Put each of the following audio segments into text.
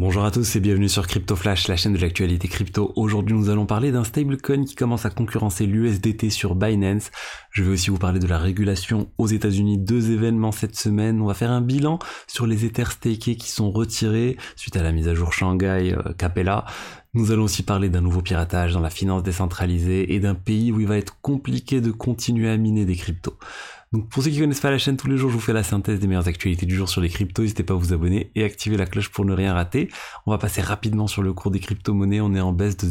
Bonjour à tous et bienvenue sur Crypto Flash, la chaîne de l'actualité crypto. Aujourd'hui, nous allons parler d'un stablecoin qui commence à concurrencer l'USDT sur Binance. Je vais aussi vous parler de la régulation aux États-Unis, 2 événements cette semaine. On va faire un bilan sur les Ethers stakés qui sont retirés suite à la mise à jour Shanghai Capella. Nous allons aussi parler d'un nouveau piratage dans la finance décentralisée et d'un pays où il va être compliqué de continuer à miner des cryptos. Donc pour ceux qui connaissent pas la chaîne, tous les jours je vous fais la synthèse des meilleures actualités du jour sur les cryptos, n'hésitez pas à vous abonner et activer la cloche pour ne rien rater. On va passer rapidement sur le cours des crypto-monnaies, on est en baisse de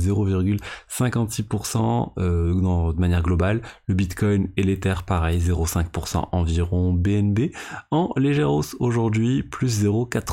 0,56% de manière globale. Le Bitcoin et l'Ether pareil, 0,5% environ. BNB en légère hausse aujourd'hui, plus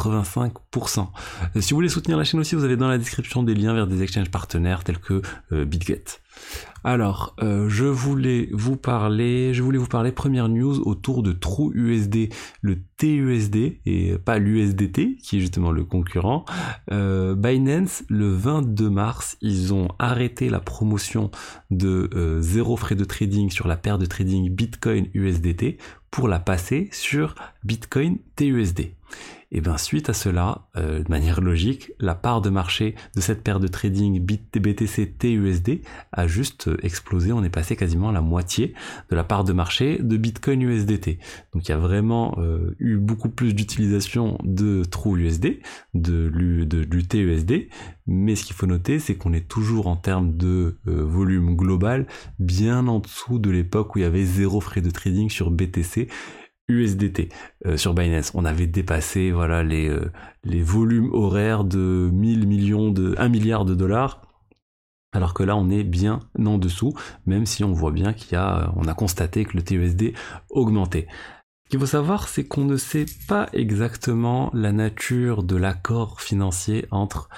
0,85%. Si vous voulez soutenir la chaîne aussi, vous avez dans la description des liens vers des exchanges partenaires tels que BitGet. Alors, je voulais vous parler première news autour de TrueUSD, le TUSD et pas l'USDT qui est justement le concurrent. Binance, le 22 mars, ils ont arrêté la promotion de zéro frais de trading sur la paire de trading Bitcoin USDT pour la passer sur Bitcoin TUSD. Et bien suite à cela, de manière logique, la part de marché de cette paire de trading BTC TUSD a juste explosé. On est passé quasiment à la moitié de la part de marché de Bitcoin USDT. Donc il y a vraiment eu beaucoup plus d'utilisation de TrueUSD, du TUSD. Mais ce qu'il faut noter, c'est qu'on est toujours en termes de volume global bien en dessous de l'époque où il y avait zéro frais de trading sur BTC USDT. Sur Binance, on avait dépassé les volumes horaires de 1 milliard de dollars. Alors que là, on est bien en dessous, même si on voit bien on a constaté que le TUSD augmentait. Ce qu'il faut savoir, c'est qu'on ne sait pas exactement la nature de l'accord financier entre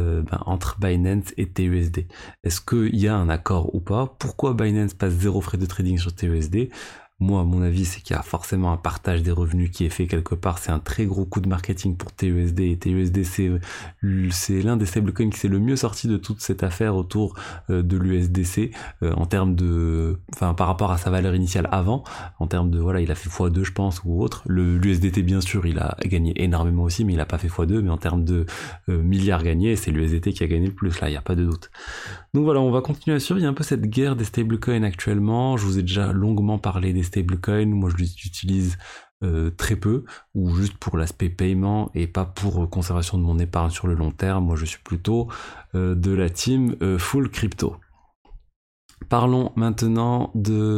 Binance et TUSD. Est-ce qu'il y a un accord ou pas? Pourquoi Binance passe zéro frais de trading sur TUSD? Moi, à mon avis, c'est qu'il y a forcément un partage des revenus qui est fait quelque part. C'est un très gros coup de marketing pour TUSD. Et TUSD, c'est l'un des stablecoins qui s'est le mieux sorti de toute cette affaire autour de l'USDC en termes par rapport à sa valeur initiale avant. En termes de, il a fait x2, je pense, ou autre. L'USDT, bien sûr, il a gagné énormément aussi, mais il a pas fait x2. Mais en termes de milliards gagnés, c'est l'USDT qui a gagné le plus. Là, il n'y a pas de doute. Donc voilà, on va continuer à suivre. Il y a un peu cette guerre des stablecoins actuellement. Je vous ai déjà longuement parlé des stablecoins. Moi, je les utilise très peu, ou juste pour l'aspect paiement et pas pour conservation de mon épargne sur le long terme. Moi, je suis plutôt de la team full crypto. Parlons maintenant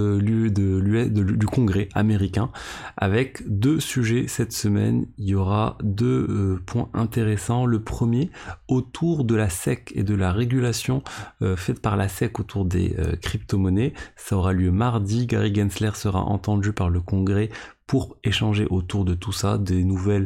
du Congrès américain avec 2 sujets cette semaine. Il y aura 2 points intéressants. Le premier, autour de la SEC et de la régulation faite par la SEC autour des crypto-monnaies. Ça aura lieu mardi. Gary Gensler sera entendu par le Congrès pour échanger autour de tout ça, des nouvelles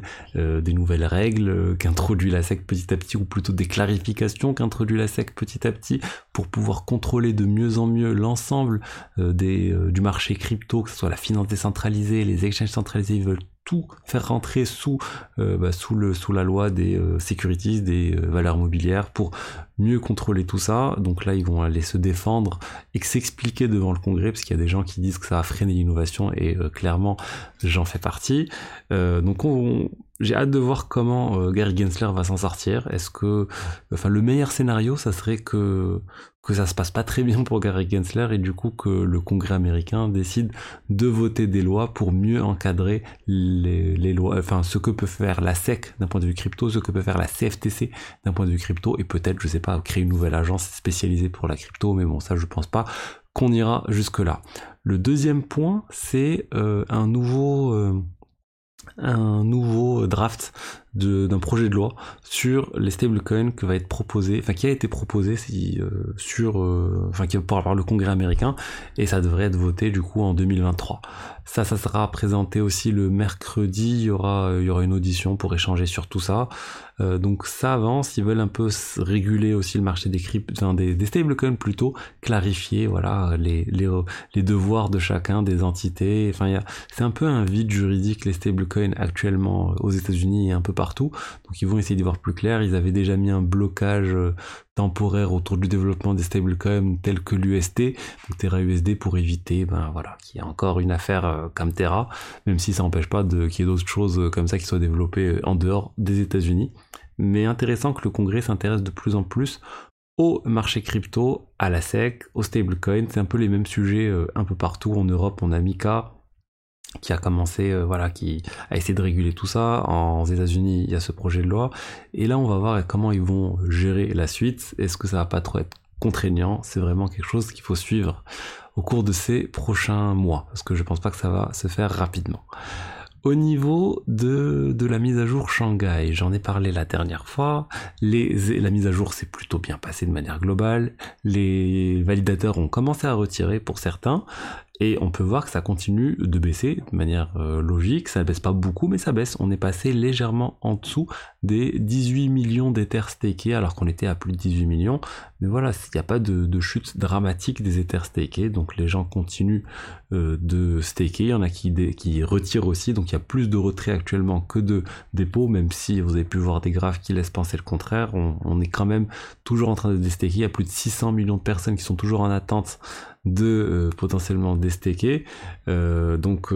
règles qu'introduit la SEC petit à petit, ou plutôt des clarifications qu'introduit la SEC petit à petit, pour pouvoir contrôler de mieux en mieux l'ensemble du marché crypto, que ce soit la finance décentralisée, les exchanges centralisés. Ils veulent tout faire rentrer sous la loi des securities, des valeurs mobilières, pour mieux contrôler tout ça. Donc là, ils vont aller se défendre et s'expliquer devant le Congrès, parce qu'il y a des gens qui disent que ça va freiner l'innovation, et clairement, j'en fais partie. Donc j'ai hâte de voir comment Gary Gensler va s'en sortir. Le meilleur scénario, ça serait que ça se passe pas très bien pour Gary Gensler, et du coup que le Congrès américain décide de voter des lois pour mieux encadrer les lois, ce que peut faire la SEC d'un point de vue crypto, ce que peut faire la CFTC d'un point de vue crypto, et peut-être, je sais pas, créer une nouvelle agence spécialisée pour la crypto, mais bon, ça je pense pas qu'on ira jusque là. Le deuxième point, c'est un nouveau draft d'un projet de loi sur les stablecoins qui a été proposé par le Congrès américain, et ça devrait être voté du coup en 2023. Ça sera présenté aussi le mercredi. Il y aura une audition pour échanger sur tout ça. Donc ça avance. Ils veulent un peu réguler aussi le marché des stablecoins, plutôt clarifier les devoirs de chacun des entités. C'est un peu un vide juridique, les stablecoins actuellement aux États-Unis et un peu partout. Donc ils vont essayer d'y voir plus clair. Ils avaient déjà mis un blocage temporaire autour du développement des stablecoins tels que l'UST, donc Terra USD, pour éviter qu'il y ait encore une affaire comme Terra, même si ça n'empêche pas qu'il y ait d'autres choses comme ça qui soient développées en dehors des États-Unis. mais intéressant que le Congrès s'intéresse de plus en plus au marché crypto, à la SEC, au stablecoin. C'est un peu les mêmes sujets un peu partout. En Europe, on a Mika qui a commencé, qui a essayé de réguler tout ça. En États-Unis, il y a ce projet de loi. Et là, on va voir comment ils vont gérer la suite. Est-ce que ça va pas trop être contraignant? C'est vraiment quelque chose qu'il faut suivre au cours de ces prochains mois, parce que je pense pas que ça va se faire rapidement. Au niveau de la mise à jour Shanghai, j'en ai parlé la dernière fois, la mise à jour s'est plutôt bien passée de manière globale, les validateurs ont commencé à retirer pour certains, et on peut voir que ça continue de baisser de manière logique, ça baisse pas beaucoup mais ça baisse, on est passé légèrement en dessous des 18 millions d'Ethers stakés alors qu'on était à plus de 18 millions, mais voilà, il n'y a pas de chute dramatique des Ethers stakés, donc les gens continuent de staker, il y en a qui retirent aussi, donc il y a plus de retraits actuellement que de dépôts, même si vous avez pu voir des graphes qui laissent penser le contraire, on est quand même toujours en train de déstaker, il y a plus de 600 millions de personnes qui sont toujours en attente de potentiellement déstaker, donc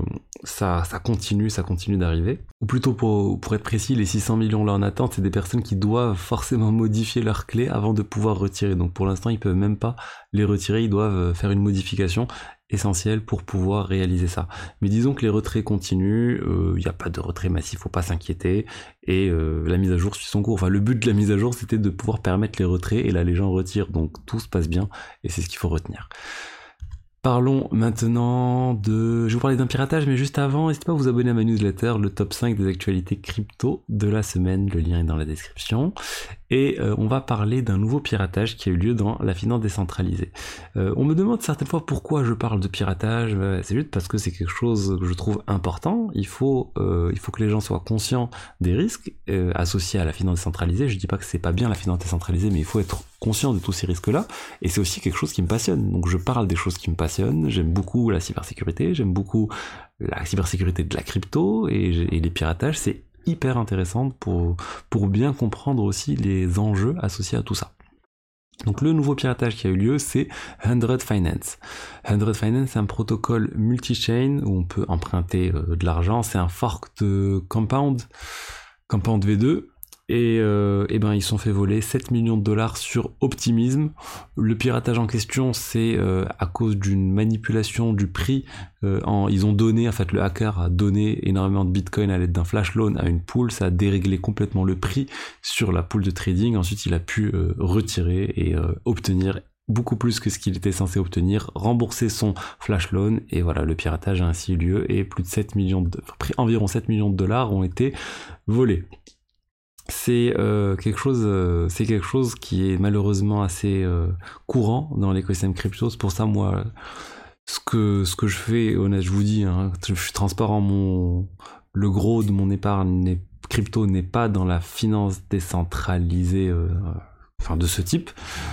ça continue d'arriver. Ou plutôt pour être précis, les 600 millions là en attente, c'est des personnes qui doivent forcément modifier leurs clés avant de pouvoir retirer. Donc pour l'instant, ils peuvent même pas les retirer, ils doivent faire une modification essentielle pour pouvoir réaliser ça. Mais disons que les retraits continuent, il n'y a pas de retrait massif, faut pas s'inquiéter, et la mise à jour suit son cours. Enfin, le but de la mise à jour, c'était de pouvoir permettre les retraits, et là les gens retirent, donc tout se passe bien, et c'est ce qu'il faut retenir. Parlons maintenant je vais vous parler d'un piratage, mais juste avant, n'hésitez pas à vous abonner à ma newsletter, le top 5 des actualités crypto de la semaine, le lien est dans la description. Et on va parler d'un nouveau piratage qui a eu lieu dans la finance décentralisée. On me demande certaines fois pourquoi je parle de piratage, c'est juste parce que c'est quelque chose que je trouve important. Il faut que les gens soient conscients des risques associés à la finance décentralisée. Je dis pas que c'est pas bien la finance décentralisée, mais il faut être conscient de tous ces risques-là, et c'est aussi quelque chose qui me passionne. Donc je parle des choses qui me passionnent, j'aime beaucoup la cybersécurité, j'aime beaucoup la cybersécurité de la crypto, et les piratages, c'est hyper intéressant pour bien comprendre aussi les enjeux associés à tout ça. Donc le nouveau piratage qui a eu lieu, c'est 100 Finance. 100 Finance, c'est un protocole multi-chain où on peut emprunter de l'argent, c'est un fork de Compound V2, et ils se sont fait voler 7 millions de dollars sur Optimism. Le piratage en question, c'est à cause d'une manipulation du prix. Ils ont donné, en fait, le hacker a donné énormément de bitcoin à l'aide d'un flash loan à une pool. Ça a déréglé complètement le prix sur la pool de trading. Ensuite, il a pu retirer et obtenir beaucoup plus que ce qu'il était censé obtenir, rembourser son flash loan, et voilà, le piratage a ainsi eu lieu, et plus de environ 7 millions de dollars ont été volés. C'est quelque chose qui est malheureusement assez courant dans l'écosystème crypto. C'est pour ça, moi, ce que je fais, honnête, je vous dis, hein, je suis transparent, le gros de mon épargne crypto n'est pas dans la finance décentralisée, de ce type,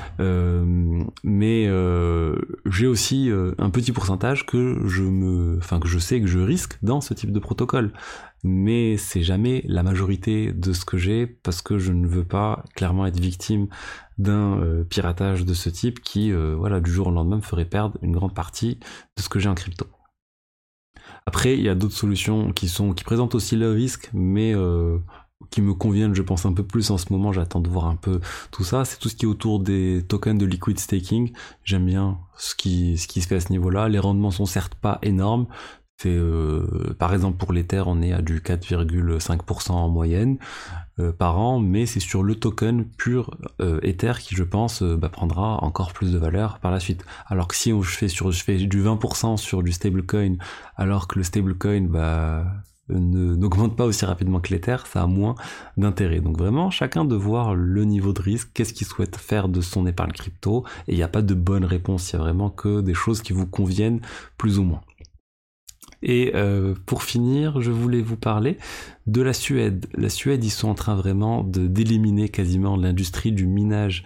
mais j'ai aussi un petit pourcentage que je sais que je risque dans ce type de protocole, mais c'est jamais la majorité de ce que j'ai, parce que je ne veux pas clairement être victime d'un piratage de ce type qui du jour au lendemain me ferait perdre une grande partie de ce que j'ai en crypto. Après, il y a d'autres solutions qui présentent aussi le risque, mais qui me conviennent, je pense, un peu plus en ce moment. J'attends de voir un peu tout ça. C'est tout ce qui est autour des tokens de liquid staking. J'aime bien ce qui se fait à ce niveau-là. Les rendements sont certes pas énormes. C'est par exemple pour l'Ether, on est à du 4,5% en moyenne par an, mais c'est sur le token pur Ether qui, je pense, prendra encore plus de valeur par la suite. Alors que si je fais du 20% sur du stablecoin, alors que le stablecoin n'augmente pas aussi rapidement que l'Ether, ça a moins d'intérêt. Donc vraiment, chacun de voir le niveau de risque, qu'est-ce qu'il souhaite faire de son épargne crypto, et il n'y a pas de bonne réponse, il y a vraiment que des choses qui vous conviennent plus ou moins. Et pour finir, je voulais vous parler de la Suède. La Suède, ils sont en train vraiment d'éliminer quasiment l'industrie du minage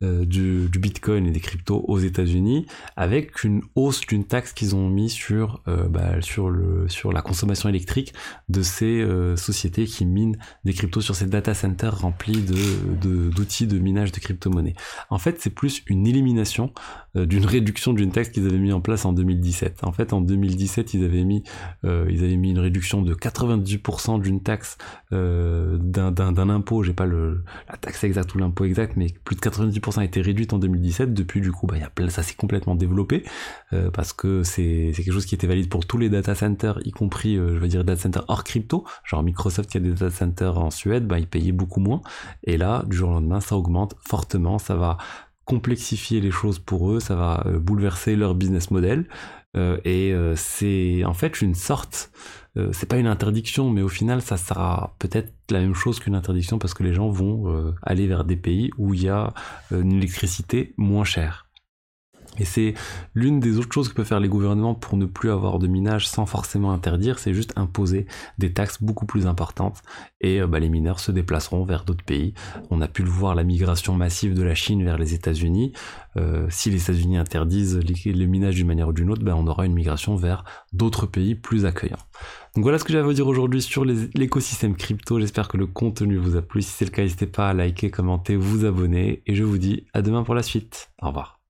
du Bitcoin et des cryptos aux États-Unis, avec une hausse d'une taxe qu'ils ont mis sur la consommation électrique de ces sociétés qui minent des cryptos sur ces data centers remplis d'outils de minage de crypto-monnaies. En fait, c'est plus une élimination d'une réduction d'une taxe qu'ils avaient mis en place en 2017. En fait, en 2017, ils avaient mis une réduction de 98% d'une taxe d'un impôt. J'ai pas la taxe exacte ou l'impôt exact, mais plus de 90% a été réduite en 2017. Depuis, du coup, ça s'est complètement développé parce que c'est quelque chose qui était valide pour tous les data centers, y compris, data centers hors crypto. Genre Microsoft qui a des data centers en Suède, ils payaient beaucoup moins. Et là, du jour au lendemain, ça augmente fortement. Ça va complexifier les choses pour eux, ça va bouleverser leur business model. C'est en fait une sorte, c'est pas une interdiction, mais au final ça sera peut-être la même chose qu'une interdiction parce que les gens vont aller vers des pays où il y a une électricité moins chère. Et c'est l'une des autres choses que peuvent faire les gouvernements pour ne plus avoir de minage sans forcément interdire, c'est juste imposer des taxes beaucoup plus importantes et les mineurs se déplaceront vers d'autres pays. On a pu le voir, la migration massive de la Chine vers les États-Unis. Si les États-Unis interdisent le minage d'une manière ou d'une autre, on aura une migration vers d'autres pays plus accueillants. Donc voilà ce que j'avais à vous dire aujourd'hui sur l'écosystème crypto. J'espère que le contenu vous a plu. Si c'est le cas, n'hésitez pas à liker, commenter, vous abonner. Et je vous dis à demain pour la suite. Au revoir.